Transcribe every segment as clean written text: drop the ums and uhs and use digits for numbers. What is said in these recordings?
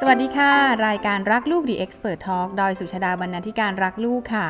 วัสดีค่ะรายการรักลูก The Expert Talk โดยสุชาดาบรรณาธิการรักลูกค่ะ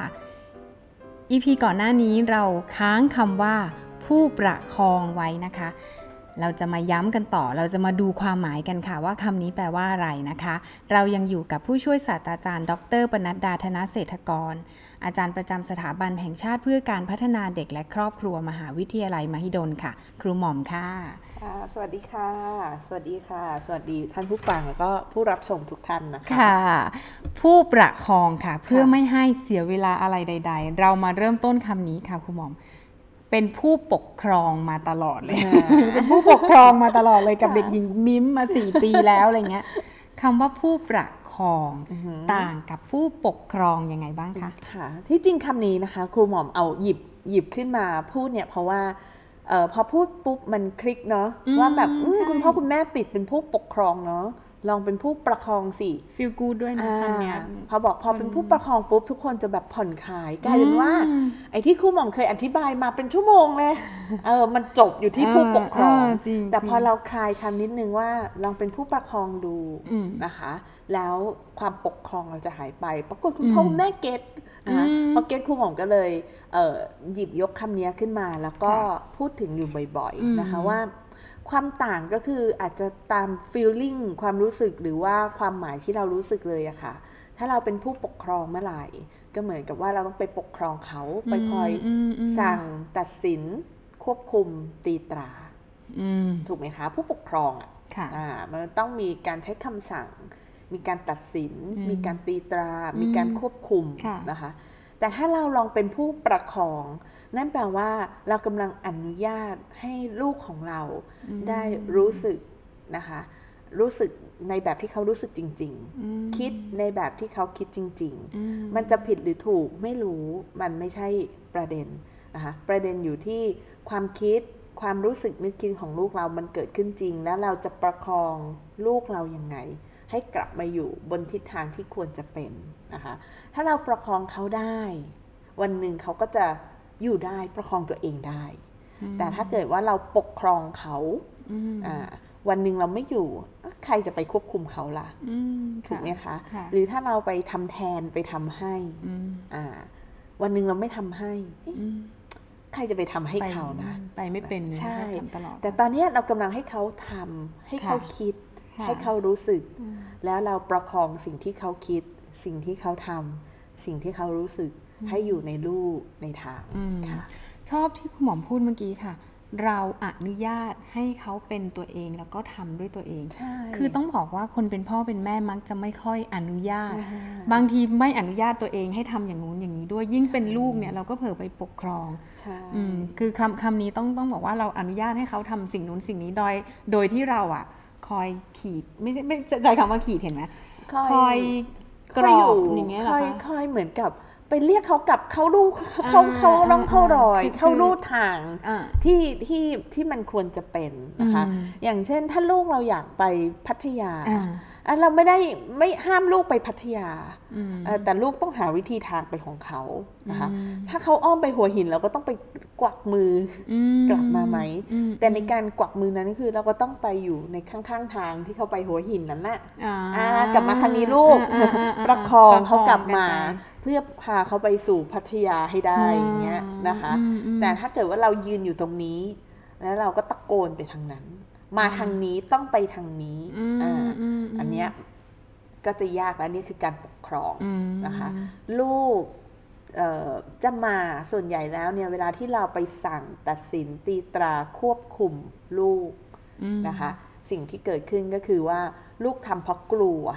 EP ก่อนหน้านี้เราค้างคำว่าผู้ประคองไว้นะคะเราจะมาย้ำกันต่อเราจะมาดูความหมายกันค่ะว่าคำนี้แปลว่าอะไรนะคะเรายังอยู่กับผู้ช่วยศาสตราจารย์ดร.ปนัดดาธนเศรษฐกรอาจารย์ประจำสถาบันแห่งชาติเพื่อการพัฒนาเด็กและครอบครัวมหาวิทยาลัยมหิดลค่ะครูหม่อมค่ะสวัสดีค่ะสวัสดีค่ะสวัสดีท่านผู้ฟังแล้วก็ผู้รับชมทุกท่านนะคะค่ะผู้ประคองค่ะเพื่อไม่ให้เสียเวลาอะไรใดๆเรามาเริ่มต้นคำนี้ค่ะครูหม่อมเป็นผู้ปกครองมาตลอดเลยเป็นผู้ปกครองมาตลอดเลยกับเด็กหญิงมิ้มมา4 ปีแล้วอะไรเงี้ยคำว่าผู้ประคองต่างกับผู้ปกครองยังไงบ้างคะค่ะที่จริงคำนี้นะคะครูหม่อมเอาหยิบขึ้นมาพูดเนี่ยเพราะว่าพอพูดปุ๊บมันคลิกเนาะว่าแบบคุณพ่อคุณแม่ติดเป็นผู้ปกครองเนาะลองเป็นผู้ประคองสิฟีลกู๊ดด้วยนะคำนี้พอเป็นผู้ประคองปุ๊บทุกคนจะแบบผ่อนคลายกลายเป็นว่าไอ้ที่ครูหม่อมเคยอธิบายมาเป็นชั่วโมงเลยมันจบอยู่ที่ผู้ปกครองแต่พอเราคลายคำนิดนึงว่าลองเป็นผู้ประคองดูนะคะแล้วความปกครองเราจะหายไปปรากฏคุณพ่อคุณแม่เก็ตพอเก็ตครูหม่อมก็เลยหยิบยกคำนี้ขึ้นมาแล้วก็พูดถึงอยู่บ่อยๆนะคะว่าความต่างก็คืออาจจะตาม feeling ความรู้สึกหรือว่าความหมายที่เรารู้สึกเลยอะค่ะถ้าเราเป็นผู้ปกครองเมื่อไหร่ก็เหมือนกับว่าเราต้องไปปกครองเขาไปคอยสั่งตัดสินควบคุมตีตราถูกไหมคะผู้ปกครองอะมันต้องมีการใช้คำสั่งมีการตัดสินมีการตีตรามีการควบคุมนะคะแต่ถ้าเราลองเป็นผู้ประคองนั่นแปลว่าเรากำลังอนุญาตให้ลูกของเราได้รู้สึกนะคะรู้สึกในแบบที่เขารู้สึกจริงๆคิดในแบบที่เขาคิดจริงๆมันจะผิดหรือถูกไม่รู้มันไม่ใช่ประเด็นนะคะประเด็นอยู่ที่ความคิดความรู้สึกนึกคิดของลูกเรามันเกิดขึ้นจริงแล้วเราจะประคองลูกเรายังไงให้กลับมาอยู่บนทิศทางที่ควรจะเป็นนะคะถ้าเราประคองเขาได้วันหนึ่งเขาก็จะอยู่ได้ประคองตัวเองได้แต่ถ้าเกิดว่าเราปกครองเขาวันหนึ่งเราไม่อยู่ใครจะไปควบคุมเขาล่ะถูกไหมคะหรือถ้าเราไปทำแทนไปทำให้วันหนึ่งเราไม่ทำให้ใครจะไปทำให้เขานะไปไม่เป็นใช่แต่ตอนนี้เรากำลังให้เขาทำให้เขาคิดให้เขารู้สึกแล้วเราประคองสิ่งที่เขาคิดสิ่งที่เขาทำสิ่งที่เขารู้สึกให้อยู่ในรูปในทางค่ะชอบที่คุณหมอพูดเมื่อกี้ค่ะเราอนุญาตให้เขาเป็นตัวเองแล้วก็ทำด้วยตัวเองคือต้องบอกว่าคนเป็นพ่อเป็นแม่มักจะไม่ค่อยอนุญาตบางทีไม่อนุญาตตัวเองให้ทำอย่างนู้นอย่างนี้ด้วยยิ่งเป็นลูกเนี่ยเราก็เผลอไปปกครองคือคำนี้ต้องบอกว่าเราอนุญาตให้เขาทำสิ่งนู้นสิ่งนี้โดยที่เราอ่ะคอยขีดไม่ใจคำว่าขีดเห็นไหมคอยกรอบอย่างเงี้ยคอยเหมือนกับไปเรียกเขากลับเขารู้เขาต้องเข้ารอยเขารู้ทางที่มันควรจะเป็นนะคะอย่างเช่นถ้าลูกเราอยากไปพัทยาเราไม่ห้ามลูกไปพัทยาแต่ลูกต้องหาวิธีทางไปของเขานะคะถ้าเขาอ้อมไปหัวหินเราก็ต้องไปกวักมือกลับมาไหมแต่ในการกวักมือนั้นคือเราก็ต้องไปอยู่ในข้างๆทางที่เขาไปหัวหินนั้นน่ะกลับมาทางนี้ลูกประคองเขากลับมาเพื่อพาเขาไปสู่พัทยาให้ได้อย่างเงี้ยนะคะแต่ถ้าเกิดว่าเรายืนอยู่ตรงนี้แล้วเราก็ตะโกนไปทางนั้นมาทางนี้ต้องไปทางนี้อันเนี้ยก็จะยากแล้วนี่คือการปกครองนะคะลูกจะมาส่วนใหญ่แล้วเนี่ยเวลาที่เราไปสั่งตัดสินตีตราควบคุมลูกนะคะสิ่งที่เกิดขึ้นก็คือว่าลูกทำเพราะกลัว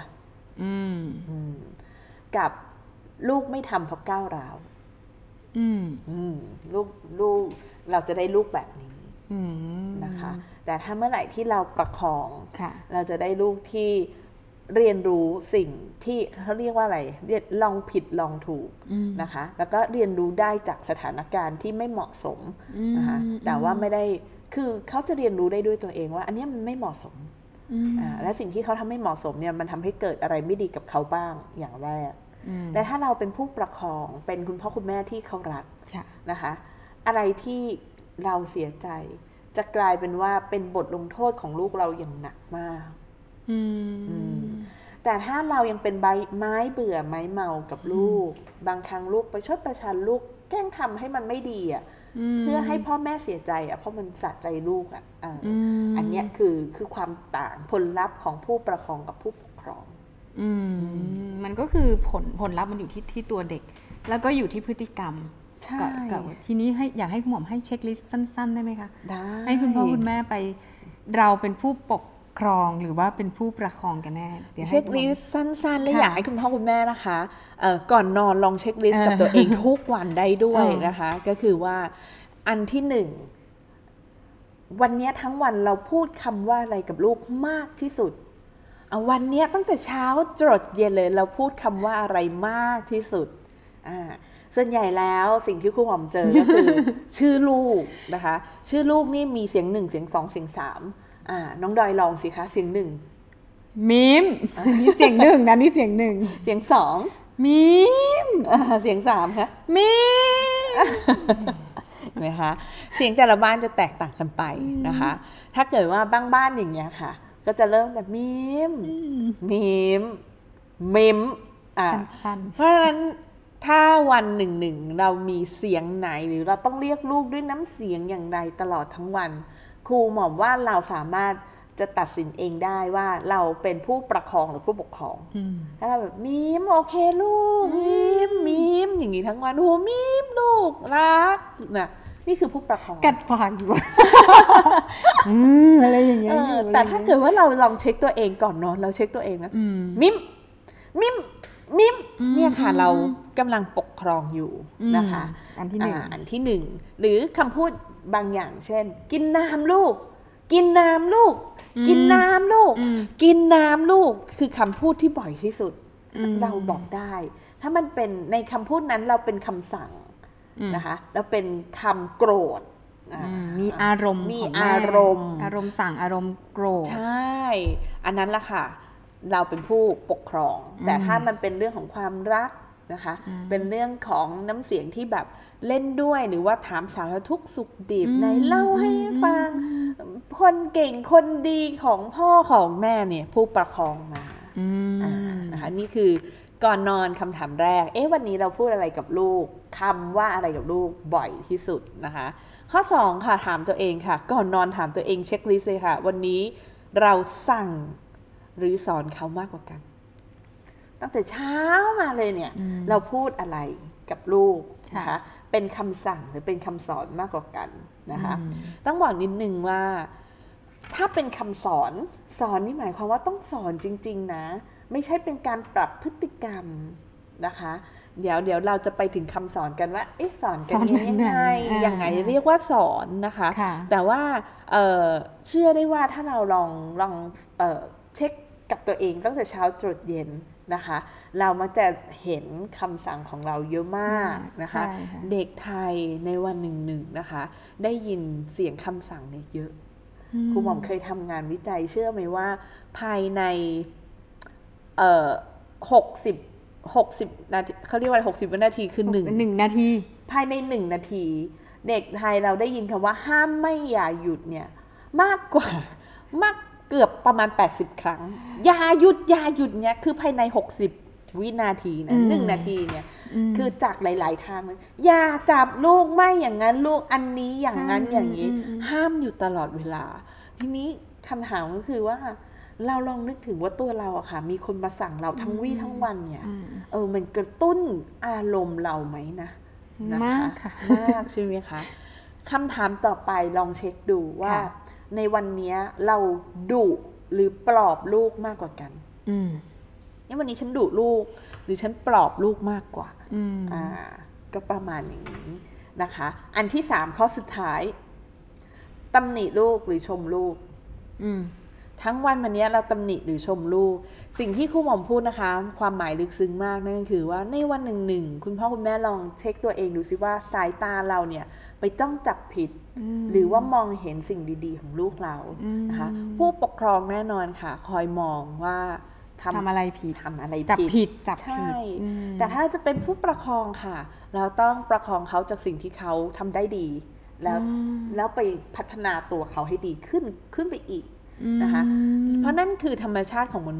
กับลูกไม่ทำเพราะก้าวร้าวลูกเราจะได้ลูกแบบนี้นะคะแต่ถ้าเมื่อไหร่ที่เราประคองเราจะได้ลูกที่เรียนรู้สิ่งที่เขาเรียกว่าอะไรลองผิดลองถูกนะคะแล้วก็เรียนรู้ได้จากสถานการณ์ที่ไม่เหมาะสมนะคะแต่ว่าไม่ได้คือเขาจะเรียนรู้ได้ด้วยตัวเองว่าอันนี้มันไม่เหมาะสมและสิ่งที่เขาทำไม่เหมาะสมเนี่ยมันทำให้เกิดอะไรไม่ดีกับเขาบ้างอย่างแรกแต่ถ้าเราเป็นผู้ประคองเป็นคุณพ่อคุณแม่ที่เขารักนะคะอะไรที่เราเสียใจจะกลายเป็นว่าเป็นบทลงโทษของลูกเราอย่างหนักมากแต่ถ้าเรายังเป็นไม้เบื่อไม้เมากับลูกบางครั้งลูกประชดประชันลูกแกล้งทำให้มันไม่ดีอ่ะเพื่อให้พ่อแม่เสียใจอ่ะเพราะมันสะใจลูกอ่ะอันเนี้ยคือความต่างผลลัพธ์ของผู้ปกครองกับผู้ปกครองมันก็คือผลลัพธ์มันอยู่ที่ตัวเด็กแล้วก็อยู่ที่พฤติกรรมกับทีนี้อยากให้คุณหมอให้เช็คลิสต์สั้นๆได้ไหมคะได้ให้คุณพ่อคุณแม่ไปเราเป็นผู้ปกครองหรือว่าเป็นผู้ประคองกันแน่เช็คลิสต์สั้นๆและอยากให้คุณพ่อคุณแม่นะคะก่อนนอนลองเช็คลิสต์กับตัวเองทุกวันได้ด้วยนะคะก็คือว่าอันที่หนึ่งวันนี้ทั้งวันเราพูดคำว่าอะไรกับลูกมากที่สุดวันนี้ตั้งแต่เช้าจรดเย็นเลยเราพูดคำว่าอะไรมากที่สุดส่วนใหญ่แล้วสิ่งที่ครูหอมเจอก็คือ ชื่อลูกนะคะชื่อลูกนี่มีเสียง1เสียง2เสียง3น้องดอยลองสิคะเสียง1 มิมนี่เสียง1นะนี่เสียง1 เสียง2 มิมเสียง3คะมิมนะคะเสียงแต่ละบ้านจะแตกต่างกันไปนะคะถ้าเกิดว่าบ้านอย่างเงี้ยค่ะก็จะเริ่มแบบมิมเพราะฉะนั้นถ้าวันหนึ่งเรามีเสียงไหนหรือเราต้องเรียกลูกด้วยน้ำเสียงอย่างไรตลอดทั้งวันครูหมอว่าเราสามารถจะตัดสินเองได้ว่าเราเป็นผู้ประคองหรือผู้ปกครองถ้าเราแบบมิมโอเคลูกมิมอย่างนี้ทั้งวันโอ้มิมลูกรักนะนี่คือผู้ประคองกัดปากอยู่อะไรอย่างเงี้ยแต่ถ้าเกิดว่าเราลองเช็คตัวเองก่อนนอนเราเช็คตัวเองนะมิมเนี่ยค่ะเรากำลังปกครองอยู่นะคะอันที่หนึ่งหรือคำพูดบางอย่างเช่นกินน้ำลูกกินน้ำลูกกินน้ำลูกกินน้ำลูกคือคำพูดที่บ่อยที่สุดเราบอกได้ถ้ามันเป็นในคำพูดนั้นเราเป็นคำสั่งนะคะแล้วเป็นคำโกรธมีอารมณ์อารมณ์สั่งอารมณ์โกรธใช่อันนั้นแหละค่ะเราเป็นผู้ปกครองแต่ถ้ามันเป็นเรื่องของความรักนะคะเป็นเรื่องของน้ำเสียงที่แบบเล่นด้วยหรือว่าถามสารทุกข์สุขดิบในเล่าให้ฟังคนเก่งคนดีของพ่อของแม่เนี่ยผู้ประคองมานะคะนี่คือก่อนนอนคำถามแรกวันนี้เราพูดอะไรกับลูกคำว่าอะไรกับลูกบ่อยที่สุดนะคะข้อ2ค่ะถามตัวเองค่ะก่อนนอนถามตัวเองเช็คลิสต์เลยค่ะวันนี้เราสั่งหรือสอนเขามากกว่ากันตั้งแต่เช้ามาเลยเนี่ยเราพูดอะไรกับลูกนะคะเป็นคำสั่งหรือเป็นคำสอนมากกว่ากันนะคะต้องบอกนิดนึงว่าถ้าเป็นคำสอนนี่หมายความว่าต้องสอนจริงๆนะไม่ใช่เป็นการปรับพฤติกรรมนะคะเดี๋ยวเราจะไปถึงคำสอนกันว่าสอนกันยังไงเรียกว่าสอนนะคะแต่ว่าเชื่อได้ว่าถ้าเราลองเช็คกับตัวเองตั้งแต่เช้าจนเย็นนะคะเรามักจะเห็นคำสั่งของเราเยอะมากนะคะเด็กไทยในวันหนึ่งนะคะได้ยินเสียงคำสั่งเนี่ยเยอะครูหม่อมเคยทำงานวิจัยเชื่อไหมว่าภายใน60นาทีเขาเรียกว่า60 วินาทีคือ 1 นาทีภายใน1 นาทีเด็กไทยเราได้ยินคำว่าห้ามไม่อย่าหยุดเนี่ยมากเกือบประมาณ80 ครั้งอย่าหยุดเนี่ยคือภายใน60 วินาทีนะ1 นาทีเนี่ยคือจากหลายๆทางเลยอย่าจับลูกไม่อย่างนั้นลูกอันนี้อย่างนั้นอย่างนี้ห้ามอยู่ตลอดเวลาทีนี้คำถามก็คือว่าเราลองนึกถึงว่าตัวเราอะค่ะมีคนมาสั่งเราทั้งวี่ทั้งวันเนี่ยมันกระตุ้นอารมณ์เราไหมนะคะมากใช่ไหมคะคำถามต่อไปลองเช็คดูว่าในวันนี้เราดุหรือปลอบลูกมากกว่ากันนี่วันนี้ฉันดุลูกหรือฉันปลอบลูกมากกว่าก็ประมาณอย่างนี้นะคะอันที่3ข้อสุดท้ายตำหนิลูกหรือชมลูกทั้งวันวันนี้เราตำหนิหรือชมลูกสิ่งที่ครูหม่อมพูดนะคะความหมายลึกซึ้งมากนั่นก็คือว่าในวันหนึ่งคุณพ่อคุณแม่ลองเช็คตัวเองดูซิว่าสายตาเราเนี่ยไปจ้องจับผิดหรือว่ามองเห็นสิ่งดีๆของลูกเรานะคะผู้ปกครองแน่นอนค่ะคอยมองว่าทำอะไรผิดจับผิดแต่ถ้าเราจะเป็นผู้ประคองค่ะเราต้องประคองเขาจากสิ่งที่เขาทำได้ดีแล้วไปพัฒนาตัวเขาให้ดีขึ้นไปอีกนะคะเพราะนั่นคือธรรมชาติของมนุษย์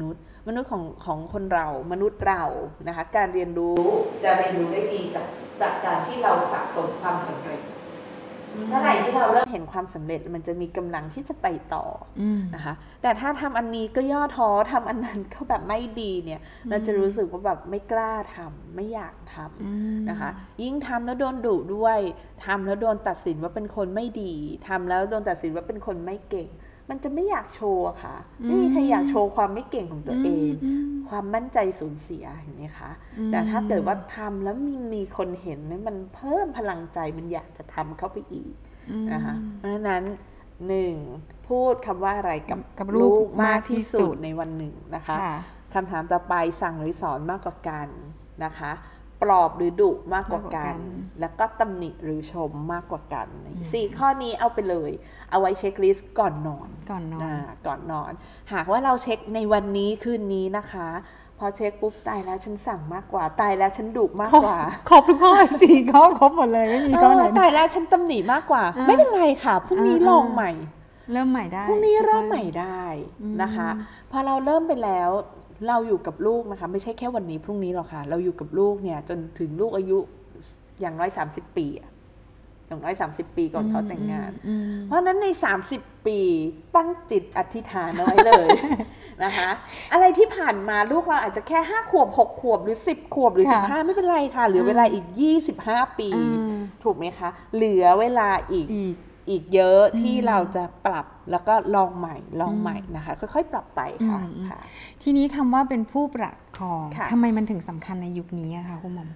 มนุษย์ของคนเรามนุษย์เรานะคะการเรียนรู้จะเรียนรู้ได้ดีจากการที่เราสะสมความสำเร็จเมื่อไหร่ที่เราเริ่มเห็นความสำเร็จมันจะมีกำลังที่จะไปต่อนะคะแต่ถ้าทำอันนี้ก็ย่อท้อทำอันนั้นก็แบบไม่ดีเนี่ยเราจะรู้สึกว่าแบบไม่กล้าทำไม่อยากทำนะคะยิ่งทำแล้วโดนดุด้วยทำแล้วโดนตัดสินว่าเป็นคนไม่ดีทำแล้วโดนตัดสินว่าเป็นคนไม่เก่งมันจะไม่อยากโชว์ค่ะไม่มีใครอยากโชว์ความไม่เก่งของตัวเองความมั่นใจสูญเสียเห็นไหมคะแต่ถ้าเกิดว่าทำแล้วมีคนเห็นมันเพิ่มพลังใจมันอยากจะทำเข้าไปอีกนะคะเพราะฉะนั้น1พูดคำว่าอะไรกับลูกมากที่สุดในวันหนึ่งนะคะคำถามต่อไปสั่งหรือสอนมากกว่ากันนะคะปลอบหรือดุมากกว่ากันแล้วก็ตำหนิหรือชมมากกว่ากัน4ข้อนี้เอาไปเลยเอาไว้เช็คลิสต์ก่อนนอนหากว่าเราเช็คในวันนี้คืนนี้นะคะพอเช็คปุ๊บตายแล้วฉันสั่งมากกว่าตายแล้วฉันดุมากกว่าครบทุกข้อ4ข้อครบหมดเลยไม่มีข้อไหนตายแล้วฉันตำหนิมากกว่าไม่เป็นไรค่ะพรุ่งนี้ลองใหม่เริ่มใหม่ได้พรุ่งนี้เริ่มใหม่ได้นะคะพอเราเริ่มไปแล้วเราอยู่กับลูกนะคะไม่ใช่แค่วันนี้พรุ่งนี้หรอกค่ะเราอยู่กับลูกเนี่ยจนถึงลูกอายุอย่างน้อย30 ปีอย่างน้อย30 ปีก่อนเขาแต่งงานเพราะนั้นใน30 ปีตั้งจิตอธิษฐานเอาไว้เลยนะคะอะไรที่ผ่านมาลูกเราอาจจะแค่5 ขวบ6 ขวบหรือ10 ขวบหรือ15ไม่เป็นไรค่ะเหลือเวลาอีก25 ปีถูกไหมคะเหลือเวลาอีกเยอะที่เราจะปรับแล้วก็ลองใหม่นะคะค่อยๆปรับไปค่ะทีนี้คำว่าเป็นผู้ประคองทำไมมันถึงสำคัญในยุคนี้คะคุณหมอ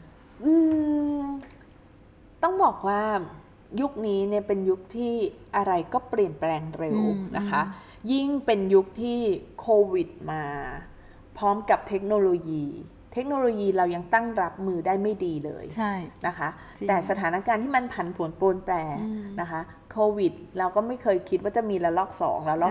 ต้องบอกว่ายุคนี้เนี่ยเป็นยุคที่อะไรก็เปลี่ยนแปลงเร็วนะคะยิ่งเป็นยุคที่โควิดมาพร้อมกับเทคโนโลยีเรายังตั้งรับมือได้ไม่ดีเลยนะคะแต่สถานการณ์ที่มันผันผวนโปรนแปรนะคะโควิดเราก็ไม่เคยคิดว่าจะมีระลอก2ระลอก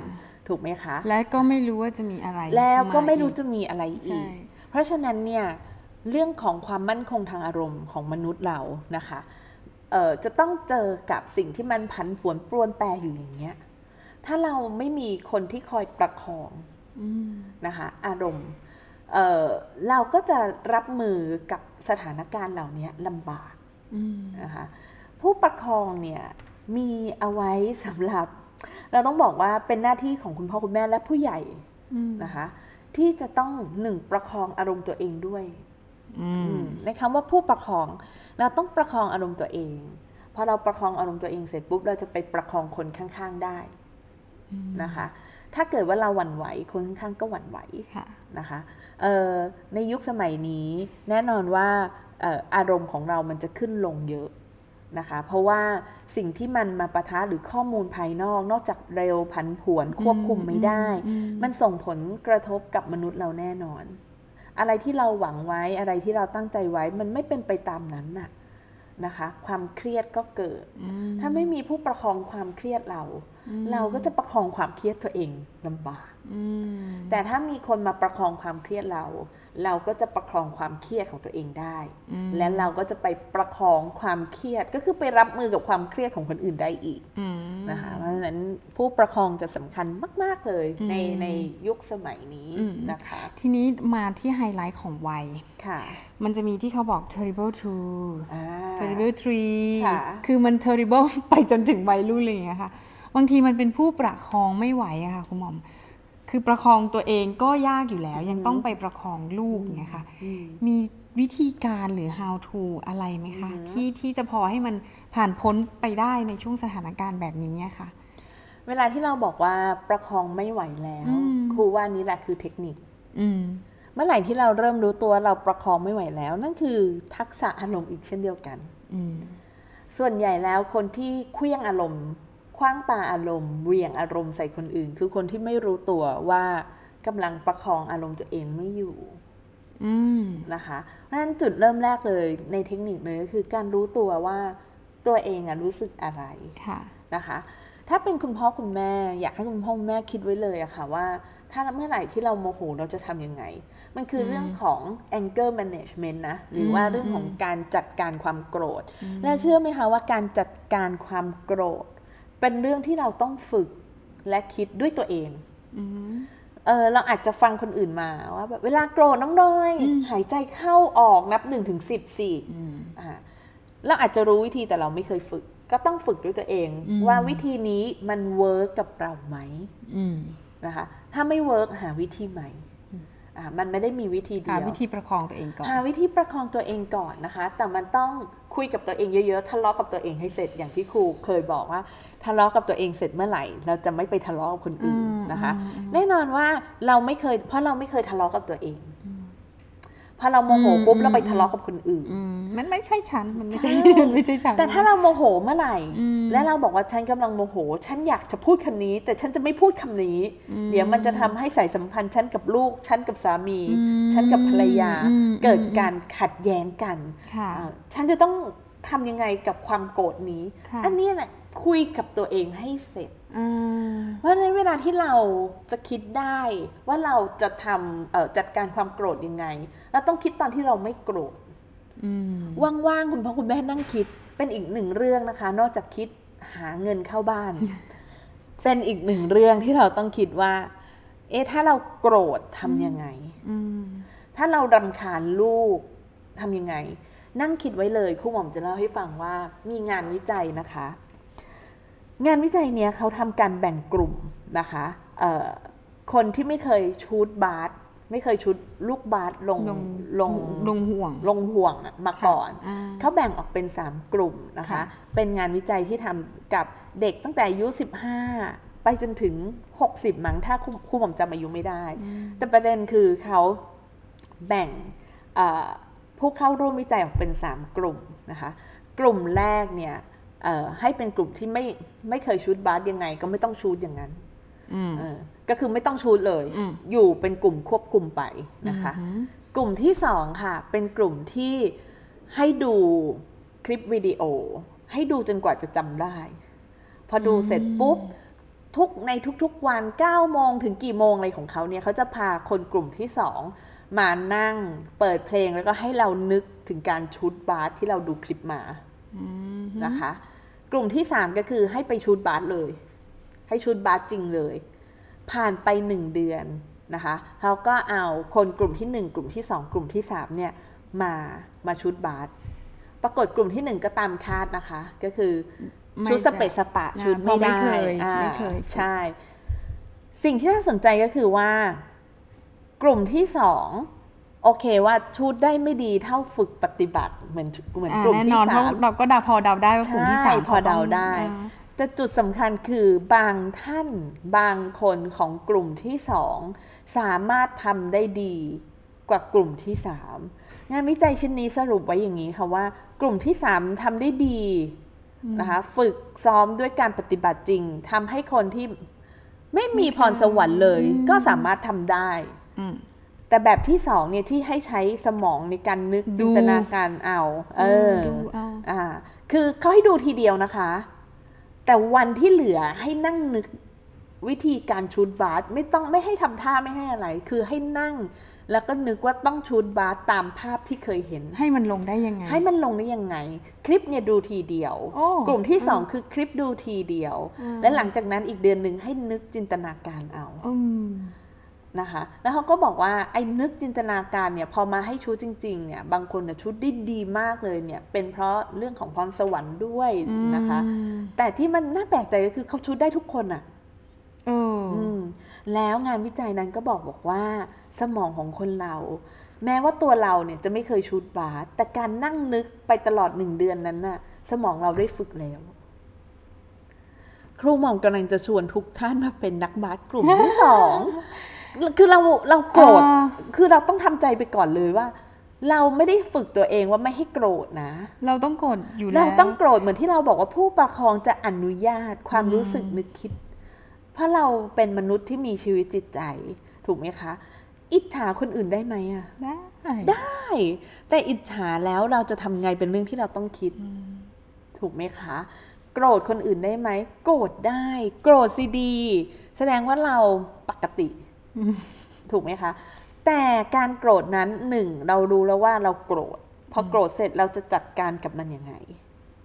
3ถูกไหมคะและก็ไม่รู้ว่าจะมีอะไรแล้วก็ไม่รู้จะมีอะไรอีกเพราะฉะนั้นเนี่ยเรื่องของความมั่นคงทางอารมณ์ของมนุษย์เรานะคะจะต้องเจอกับสิ่งที่มันผันผวนโปรนแปรอยู่อย่างเงี้ยถ้าเราไม่มีคนที่คอยประคองนะคะอารมณ์เราก็จะรับมือกับสถานการณ์เหล่านี้ลำบากนะคะผู้ประคองเนี่ยมีเอาไว้สำหรับเราต้องบอกว่าเป็นหน้าที่ของคุณพ่อคุณแม่และผู้ใหญ่นะคะที่จะต้องประคองอารมณ์ตัวเองด้วยในคำว่าผู้ประคองเราต้องประคองอารมณ์ตัวเองพอเราประคองอารมณ์ตัวเองเสร็จปุ๊บเราจะไปประคองคนข้างๆได้นะคะถ้าเกิดว่าเราหวั่นไหวคนข้างๆก็หวั่นไหวนะคะในยุคสมัยนี้แน่นอนว่าอารมณ์ของเรามันจะขึ้นลงเยอะนะคะเพราะว่าสิ่งที่มันมาปะทะหรือข้อมูลภายนอกจากเร็วผันผวนควบคุมไม่ได้มันส่งผลกระทบกับมนุษย์เราแน่นอนอะไรที่เราหวังไว้อะไรที่เราตั้งใจไว้มันไม่เป็นไปตามนั้นน่ะนะคะความเครียดก็เกิดถ้าไม่มีผู้ประคองความเครียดเราก็จะประคองความเครียดตัวเองลำบากแต่ถ้ามีคนมาประคองความเครียดเราก็จะประคองความเครียดของตัวเองได้และเราก็จะไปประคองความเครียดก็คือไปรับมือกับความเครียดของคนอื่นได้อีกนะคะเพราะฉะนั้นผู้ประคองจะสำคัญมากๆเลยในยุคสมัยนี้นะคะทีนี้มาที่ไฮไลท์ของวัยมันจะมีที่เขาบอก terrible 2 terrible 3คือมัน terrible ไปจนถึงวัยรุ่นเลยอย่างเงี้ยค่ะบางทีมันเป็นผู้ประคองไม่ไหวอะค่ะคุณหมอมคือประคองตัวเองก็ยากอยู่แล้วยังต้องไปประคองลูกอย่างเงี้ยค่ะมีวิธีการหรือ how to อะไรไหมคะที่จะพอให้มันผ่านพ้นไปได้ในช่วงสถานการณ์แบบนี้ค่ะเวลาที่เราบอกว่าประคองไม่ไหวแล้วครูว่านี้แหละคือเทคนิคเมื่อไหร่ที่เราเริ่มรู้ตัวเราประคองไม่ไหวแล้วนั่นคือทักษะอารมณ์อีกเช่นเดียวกันส่วนใหญ่แล้วคนที่เคลื่องอารมณ์คว้างปาอารมณ์เหวี่ยงอารมณ์ใส่คนอื่นคือคนที่ไม่รู้ตัวว่ากำลังประคองอารมณ์ตัวเองไม่อยู่นะคะเพราะฉะนั้นจุดเริ่มแรกเลยในเทคนิคเลยก็คือการรู้ตัวว่าตัวเองรู้สึกอะไรนะคะถ้าเป็นคุณพ่อคุณแม่อยากให้คุณพ่อคุณแม่คิดไว้เลยอะค่ะว่าถ้าเมื่อไหร่ที่เราโมโหเราจะทำยังไงมันคือเรื่องของ anger management นะหรือว่าเรื่องของการจัดการความโกรธและเชื่อไหมคะว่าการจัดการความโกรธเป็นเรื่องที่เราต้องฝึกและคิดด้วยตัวเองเราอาจจะฟังคนอื่นมาว่าแบบเวลาโกรธน้องน้อยหายใจเข้าออกนับ1 ถึง 10สิเราอาจจะรู้วิธีแต่เราไม่เคยฝึกก็ต้องฝึกด้วยตัวเองว่าวิธีนี้มันเวิร์กกับเราไหมนะคะถ้าไม่เวิร์กหาวิธีใหม่มันไม่ได้มีวิธีเดียวหาวิธีประคองตัวเองก่อนหาวิธีประคองตัวเองก่อนนะคะแต่มันต้องคุยกับตัวเองเยอะๆทะเลาะกับตัวเองให้เสร็จอย่างที่ครูเคยบอกว่าทะเลาะกับตัวเองเสร็จเมื่อไหร่เราจะไม่ไปทะเลาะกับคนอื่นนะคะแน่นอนว่าเราไม่เคยเพราะเราไม่เคยทะเลาะกับตัวเองพอเราโมโหปุ๊บเราไปทะเลาะกับคนอื่นมันไม่ใช่ฉันมันไม่ใช่ฉันแต่ถ้าเราโมโหเมื่อไหร่และเราบอกว่าฉันกำลังโมโหฉันอยากจะพูดคำนี้แต่ฉันจะไม่พูดคำนี้เดี๋ยวมันจะทำให้สายสัมพันธ์ฉันกับลูกฉันกับสามีฉันกับภรรยาเกิดการขัดแย้งกันฉันจะต้องทำยังไงกับความโกรธนี้อันนี้แหละคุยกับตัวเองให้เสร็จเพราะในเวลาที่เราจะคิดได้ว่าเราจะทำจัดการความโกรธยังไงเราต้องคิดตอนที่เราไม่โกรธว่างๆคุณพ่อคุณแม่นั่งคิดเป็นอีกหนึ่งเรื่องนะคะนอกจากคิดหาเงินเข้าบ้าน เป็นอีกหนึ่งเรื่องที่เราต้องคิดว่าถ้าเราโกรธทำยังไงถ้าเรารำคาญลูกทำยังไงนั่งคิดไว้เลยครูหม่อมจะเล่าให้ฟังว่ามีงานวิจัยนะคะงานวิจัยเนี้ยเขาทำการแบ่งกลุ่มนะคะคนที่ไม่เคยชูตบาสไม่เคยชูตลูกบาสลงห่วงมาก่อนเขาแบ่งออกเป็น3กลุ่มนะคะเป็นงานวิจัยที่ทำกับเด็กตั้งแต่อายุ15ไปจนถึง60มั้งถ้าครูหม่อมจำอายุไม่ได้แต่ประเด็นคือเขาแบ่งผู้เข้าร่วมวิจัยออกเป็น3กลุ่มนะคะกลุ่มแรกเนี่ยให้เป็นกลุ่มที่ไม่เคยชูตบาสยังไงก็ไม่ต้องชูตอย่างนั้นก็คือไม่ต้องชูตเลยอยู่เป็นกลุ่มควบคุมไปนะคะกลุ่มที่2ค่ะเป็นกลุ่มที่ให้ดูคลิปวิดีโอให้ดูจนกว่าจะจำได้พอดูเสร็จปุ๊บในทุกๆวัน9 โมงถึงกี่โมงอะไรของเขาเนี่ยเขาจะพาคนกลุ่มที่2มานั่งเปิดเพลงแล้วก็ให้เรานึกถึงการชูตบาสที่เราดูคลิปมานะคะกลุ่มที่3ก็คือให้ไปชูตบาสเลยให้ชูตบาสจริงเลยผ่านไป1 เดือนนะคะเขาก็เอาคนกลุ่มที่1กลุ่มที่2กลุ่มที่3เนี่ยมาชูตบาสปรากฏกลุ่มที่1ก็ตามคาดนะคะก็คือชูตสเปซสปะชูตไม่ได้ใช่สิ่งที่น่าสนใจก็คือว่ากลุ่มที่2โอเคว่าชูตได้ไม่ดีเท่าฝึกปฏิบัติเหมือนกลุ่มที่3 เราก็พอเดาได้ว่ากลุ่มที่3 พอเดาได้แต่จุดสำคัญคือบางท่านบางคนของกลุ่มที่2สามารถทำได้ดีกว่ากลุ่มที่3งานวิจัยชิ้นนี้สรุปไว้อย่างนี้ค่ะว่ากลุ่มที่3ทำได้ดีนะคะฝึกซ้อมด้วยการปฏิบัติจริงทำให้คนที่ไม่มีพรสวรรค์เลยก็สามารถทำได้แต่แบบที่2เนี่ยที่ให้ใช้สมองในการนึกจินตนาการคือเขาให้ดูทีเดียวนะคะแต่วันที่เหลือให้นั่งนึกวิธีการชูตบาสไม่ให้ทำท่าไม่ให้อะไรคือให้นั่งแล้วก็นึกว่าต้องชูตบาสตามภาพที่เคยเห็นให้มันลงได้ยังไงคลิปเนี่ยดูทีเดียวกลุ่มที่2คือคลิปดูทีเดียวและหลังจากนั้นอีกเดือนนึงให้นึกจินตนาการเอานะคะแล้วเขาก็บอกว่าไอ้นึกจินตนาการเนี่ยพอมาให้ชูตจริงๆเนี่ยบางคนเนี่ยชูตได้ดีมากเลยเนี่ยเป็นเพราะเรื่องของพรสวรรค์ด้วยนะคะแต่ที่มันน่าแปลกใจก็คือเขาชูตได้ทุกคนอ่ะแล้วงานวิจัยนั้นก็บอกว่าสมองของคนเราแม้ว่าตัวเราเนี่ยจะไม่เคยชูตบาสแต่การนั่งนึกไปตลอด1 เดือนนั้นน่ะสมองเราได้ฝึกแล้วครูหม่อมกำลังจะชวนทุกท่านมาเป็นนักบาสกลุ่มที่2คือเราโกรธคือเราต้องทำใจไปก่อนเลยว่าเราไม่ได้ฝึกตัวเองว่าไม่ให้โกรธนะเราต้องโกรธอยู่แล้วเราต้องโกรธเหมือนที่เราบอกว่าผู้ประคองจะอนุญาตความรู้สึกนึกคิดเพราะเราเป็นมนุษย์ที่มีชีวิตจิตใจถูกไหมคะอิจฉาคนอื่นได้ไหมอะได้แต่อิจฉาแล้วเราจะทำไงเป็นเรื่องที่เราต้องคิดถูกไหมคะโกรธคนอื่นได้ไหมโกรธได้โกรธสิดีแสดงว่าเราปกติถูกไหมคะแต่การโกรธนั้น1เรารู้แล้วว่าเราโกรธพอโกรธเสร็จเราจะจัดการกับมันยังไง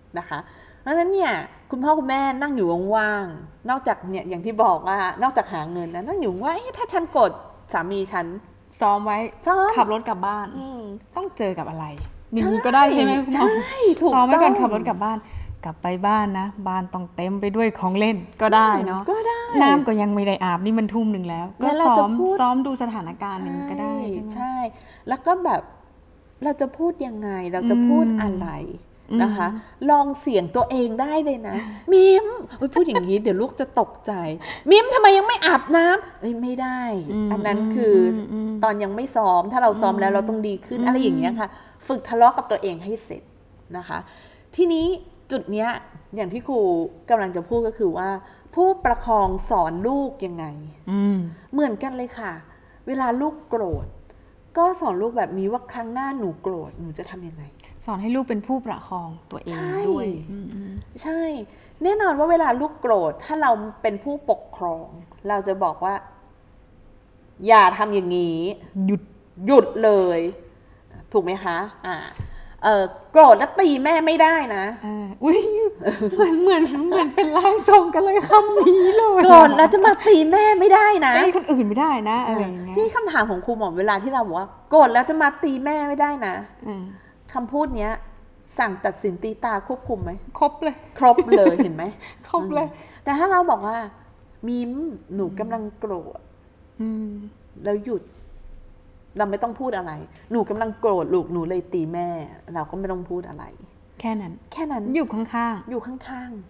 นะคะเพราะฉะนั้นเนี่ยคุณพ่อคุณแม่นั่งอยู่ว่างๆนอกจากเนี่ยอย่างที่บอกว่านอกจากหาเงินนะนั่งอยู่ว่าถ้าฉันกดสามีฉันซ้อมไว้ขับรถกลับบ้านต้องเจอกับอะไรอย่างนี้ก็ได้ใช่ไหมคุณพ่อซ้อมไว้ก่อนขับรถกลับบ้านกลับไปบ้านนะบ้านต้องเต็มไปด้วยของเล่นก็ได้เนาะก็ได้น้ำก็ยังไม่ได้อาบนี่มันทุ่มหนึ่งแล้วก็ซ้อมดูสถานการณ์นึงก็ได้ใช่แล้วก็แบบเราจะพูดยังไงเราจะพูดอะไรนะคะลองเสียงตัวเองได้เลยนะมิมพูดอย่างนี้เดี๋ยวลูกจะตกใจมิมทำไมยังไม่อาบน้ำไม่ได้อันนั้นคือตอนยังไม่ซ้อมถ้าเราซ้อมแล้วเราต้องดีขึ้นอะไรอย่างเงี้ยค่ะฝึกทะเลาะกับตัวเองให้เสร็จนะคะทีนี้จุดเนี้ยอย่างที่ครูกำลังจะพูดก็คือว่าผู้ประคองสอนลูกยังไงเหมือนกันเลยค่ะเวลาลูกโกรธก็สอนลูกแบบนี้ว่าครั้งหน้าหนูโกรธหนูจะทำยังไงสอนให้ลูกเป็นผู้ประคองตัวเองด้วยใช่แน่นอนว่าเวลาลูกโกรธถ้าเราเป็นผู้ปกครองเราจะบอกว่าอย่าทำอย่างนี้หยุดเลยถูกไหมคะโกรธแล้วตีแม่ไม่ได้นะอุ้ยเหมือนเป็นร่างทรงกันเลยคำนี้เลยโกรธแล้วจะมาตีแม่ไม่ได้นะตีคนอื่นไม่ได้นะอะไรอย่างเงี้ยที่คำถามของครูหมอเวลาที่เราบอกว่าโกรธแล้วจะมาตีแม่ไม่ได้นะคำพูดเนี้ยสั่งตัดสินตีตาควบคุมไหมครบเลยเห็นไหมครบเลยแต่ถ้าเราบอกว่ามิมหนูกำลังโกรธแล้วหยุดเราไม่ต้องพูดอะไรหนูกำลังโกรธลูกหนูเลยตีแม่เราก็ไม่ต้องพูดอะไรแค่นั้นอยู่ข้างๆอยู่ข้าง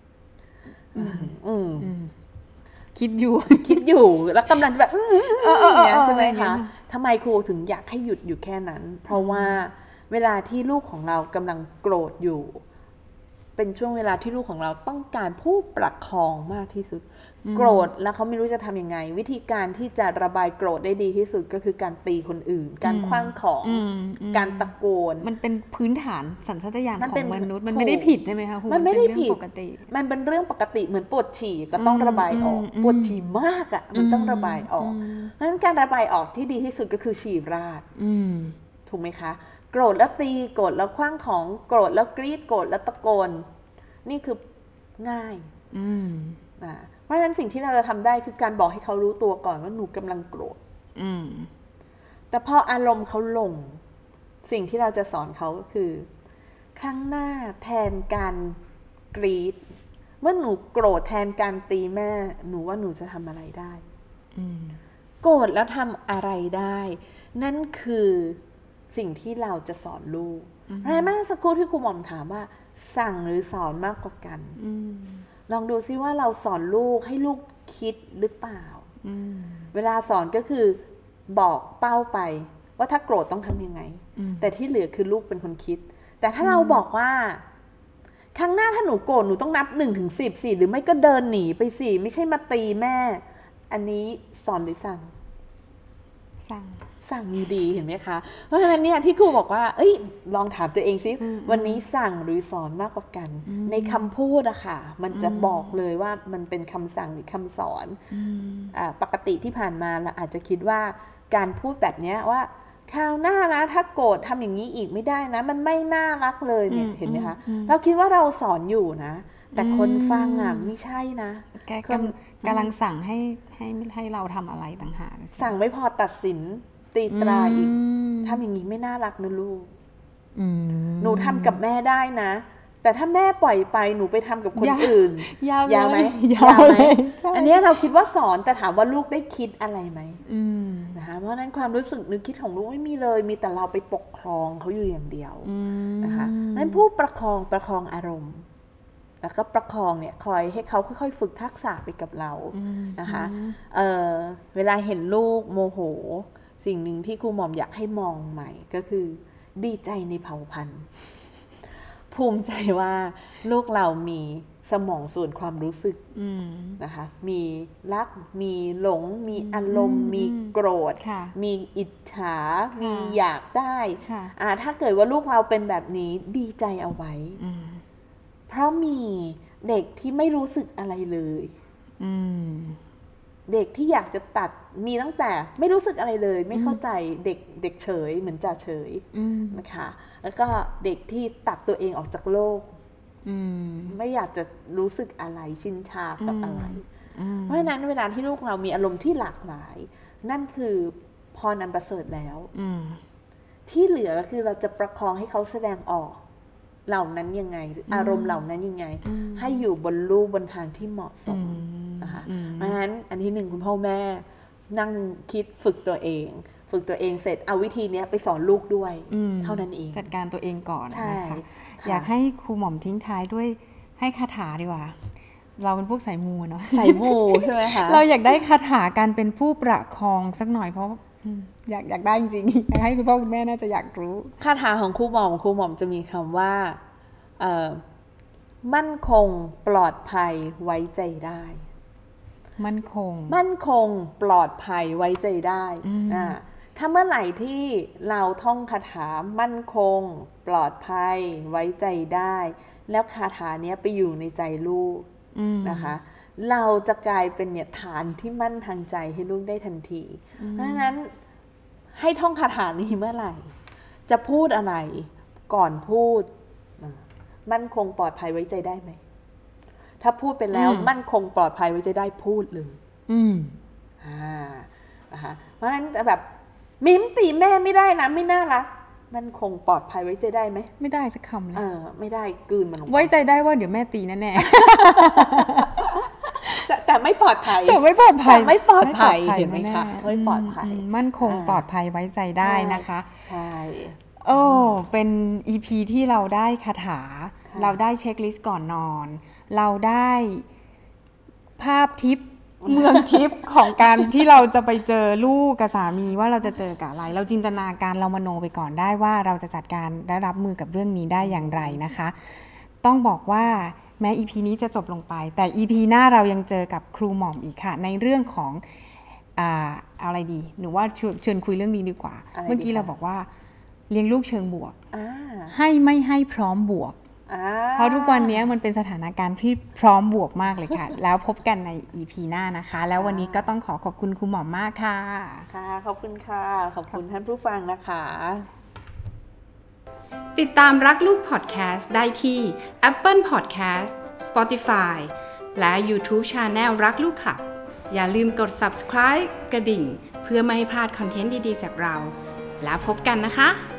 ๆคิดอยู่แล้วกำลังจะแบบเนี่ยใช่ไหมคะทำไมครูถึงอยากให้หยุดอยู่แค่นั้นเพราะว่าเวลาที่ลูกของเรากำลังโกรธอยู่เป็นช่วงเวลาที่ลูกของเราต้องการผู้ประคองมากที่สุดโกรธแล้วเขาไม่รู้จะทำยังไงวิธีการที่จะระบายโกรธได้ดีที่สุดก็คือการตีคนอื่นการขว้างของการตะโกนมันเป็นพื้นฐานสัญชาตญาณของมนุษย์มันไม่ได้ผิดใช่ไหมคะมันไม่ได้ผิดปกติมันเป็นเรื่องปกติเหมือนปวดฉี่ก็ต้องระบายออกปวดฉี่มากอ่ะมันต้องระบายออกเพราะฉะนั้นการระบายออกที่ดีที่สุดก็คือฉี่ราดถูกไหมคะโกรธแล้วตีโกรธแล้วขว้างของโกรธแล้วกรีดโกรธแล้วตะโกนนี่คือง่ายเพราะฉะนั้นสิ่งที่เราจะทำได้คือการบอกให้เขารู้ตัวก่อนว่าหนูกำลังโกรธแต่พออารมณ์เขาลงสิ่งที่เราจะสอนเขาก็คือครั้งหน้าแทนการกรีดเมื่อหนูโกรธแทนการตีแม่หนูว่าหนูจะทำอะไรได้โกรธแล้วทำอะไรได้นั่นคือสิ่งที่เราจะสอนลูกเพราะฉะนั้นเมื่อสักครู่ที่ครูหม่อมถามว่าสั่งหรือสอนมากกว่ากันลองดูซิว่าเราสอนลูกให้ลูกคิดหรือเปล่าเวลาสอนก็คือบอกเป้าไปว่าถ้าโกรธต้องทำยังไงแต่ที่เหลือคือลูกเป็นคนคิดแต่ถ้าเราบอกว่าครั้งหน้าถ้าหนูโกรธหนูต้องนับ1-10สิหรือไม่ก็เดินหนีไปสิไม่ใช่มาตีแม่อันนี้สอนหรือสั่งอยู่ดีเห็นไหมคะเพราะฉะนั้นเนี่ยที่ครูบอกว่าลองถามตัวเองซิวันนี้สั่งหรือสอนมากกว่ากันในคำพูดอะค่ะมันจะบอกเลยว่ามันเป็นคำสั่งหรือคำสอนปกติที่ผ่านมาเราอาจจะคิดว่าการพูดแบบนี้ว่าคราวหน้านะถ้าโกรธทำอย่างนี้อีกไม่ได้นะมันไม่น่ารักเลยเนี่ยเห็นไหมคะเราคิดว่าเราสอนอยู่นะแต่คนฟังอะไม่ใช่นะกำลังสั่งให้เราทำอะไรต่างหากสั่งไม่พอตัดสินตีตราอีกทำอย่างนี้ไม่น่ารักนะลูกหนูทำกับแม่ได้นะแต่ถ้าแม่ปล่อยไปหนูไปทำกับคนอื่นยาวไหมอันนี้เราคิดว่าสอนแต่ถามว่าลูกได้คิดอะไรไหมนะคะเพราะนั้นความรู้สึกนึกคิดของลูกไม่มีเลยมีแต่เราไปปกครองเขาอยู่อย่างเดียวนะคะนั้นผู้ประคองอารมณ์แล้วก็ประคองเนี่ยคอยให้เขาค่อยๆฝึกทักษะไปกับเรานะคะเวลาเห็นลูกโมโหสิ่งหนึ่งที่ครูหม่อมอยากให้มองใหม่ก็คือดีใจในเผ่าพันธุ์ภูมิใจว่าลูกเรามีสมองส่วนความรู้สึกนะคะมีรักมีหลงมีอารมณ์มีโกรธมีอิจฉามีอยากได้ถ้าเกิดว่าลูกเราเป็นแบบนี้ดีใจเอาไว้เพราะมีเด็กที่ไม่รู้สึกอะไรเลยเด็กที่อยากจะตัดมีตั้งแต่ไม่รู้สึกอะไรเลยไม่เข้าใจเด็กเฉยเหมือนจ่าเฉยนะคะแล้วก็เด็กที่ตัดตัวเองออกจากโลกไม่อยากจะรู้สึกอะไรชินชากับอะไรเพราะฉะนั้นเวลาที่ลูกเรามีอารมณ์ที่หลากหลายนั่นคือพรอันประเสริฐแล้วที่เหลือก็คือเราจะประคองให้เขาแสดงออกเหล่านั้นยังไงอารมณ์เหล่านั้นยังไงให้อยู่บนลู่บนทางที่เหมาะสมนะคะเพราะฉะนั้นอันที่หนึ่งคุณพ่อแม่นั่งคิดฝึกตัวเองเสร็จเอาวิธีนี้ไปสอนลูกด้วยเท่านั้นเองจัดการตัวเองก่อนนะคะอยากให้ครูหม่อมทิ้งท้ายด้วยให้คาถาดีกว่าเราเป็นพวกสายมูเนาะสายมูใช่ไหมคะเราอยากได้คาถาการเป็นผู้ประคองสักหน่อยเพราะอยากได้จริงๆอยากให้คุณพ่อคุณแม่น่าจะอยากรู้คาถาของครูหม่อมจะมีคำว่ามั่นคงปลอดภัยไว้ใจได้มั่นคงปลอดภัยไว้ใจได้ถ้าเมื่อไหร่ที่เราท่องคาถามั่นคงปลอดภัยไว้ใจได้แล้วคาถาเนี้ยไปอยู่ในใจลูกนะคะเราจะกลายเป็นเนี่ยฐานที่มั่นทางใจให้ลูกได้ทันทีเพราะฉะนั้นให้ท่องคาถานี้เมื่อไหร่จะพูดอะไรก่อนพูดมั่นคงปลอดภัยไว้ใจได้ไหมถ้าพูดไปแล้วมั่นคงปลอดภัยไว้ใจได้พูดเลยนะคะเพราะฉะนั้นจะแบบมิ้มตีแม่ไม่ได้นะไม่น่ารักมั่นคงปลอดภัยไว้ใจได้ไหมไม่ได้สักคำเลยไม่ได้กลืนมันลงไว้ใจได้ว่าเดี๋ยวแม่ตีแน่ๆแต่ไม่ปลอดภัยเห็นไหมคะไม่ปลอดภัยมั่นคงปลอดภัยไว้ใจได้นะคะใช่เป็น EP ที่เราได้คาถาเราได้เช็คลิสต์ก่อนนอนเราได้ภาพทิปเมืองทิพย์ของการที่เราจะไปเจอลูกกับสามีว่าเราจะเจอกับอะไรเราจินตนาการเรามโนไปก่อนได้ว่าเราจะจัดการและรับมือกับเรื่องนี้ได้อย่างไรนะคะต้องบอกว่าแม้ EP นี้จะจบลงไปแต่ EP หน้าเรายังเจอกับครูหม่อมอีกค่ะในเรื่องของอะไรดีหนูว่าเชิญคุยเรื่องนี้ดีกว่าเมื่อกี้เราบอกว่าเลี้ยงลูกเชิงบวกให้ไม่ให้พร้อมบวกเพราะทุกวันนี้มันเป็นสถานการณ์ที่พร้อมบวกมากเลยค่ะ แล้วพบกันใน EP หน้านะคะแล้ววันนี้ก็ต้องขอบคุณครูหม่อมมากค่ะค่ะขอบคุณค่ะขอบคุณท่านผู้ฟังนะคะติดตามรักลูกพอดแคสต์ได้ที่ Apple Podcast Spotify และ YouTube Channel รักลูกคลับอย่าลืมกด Subscribe กระดิ่งเพื่อไม่ให้พลาดคอนเทนต์ดีๆจากเราแล้วพบกันนะคะ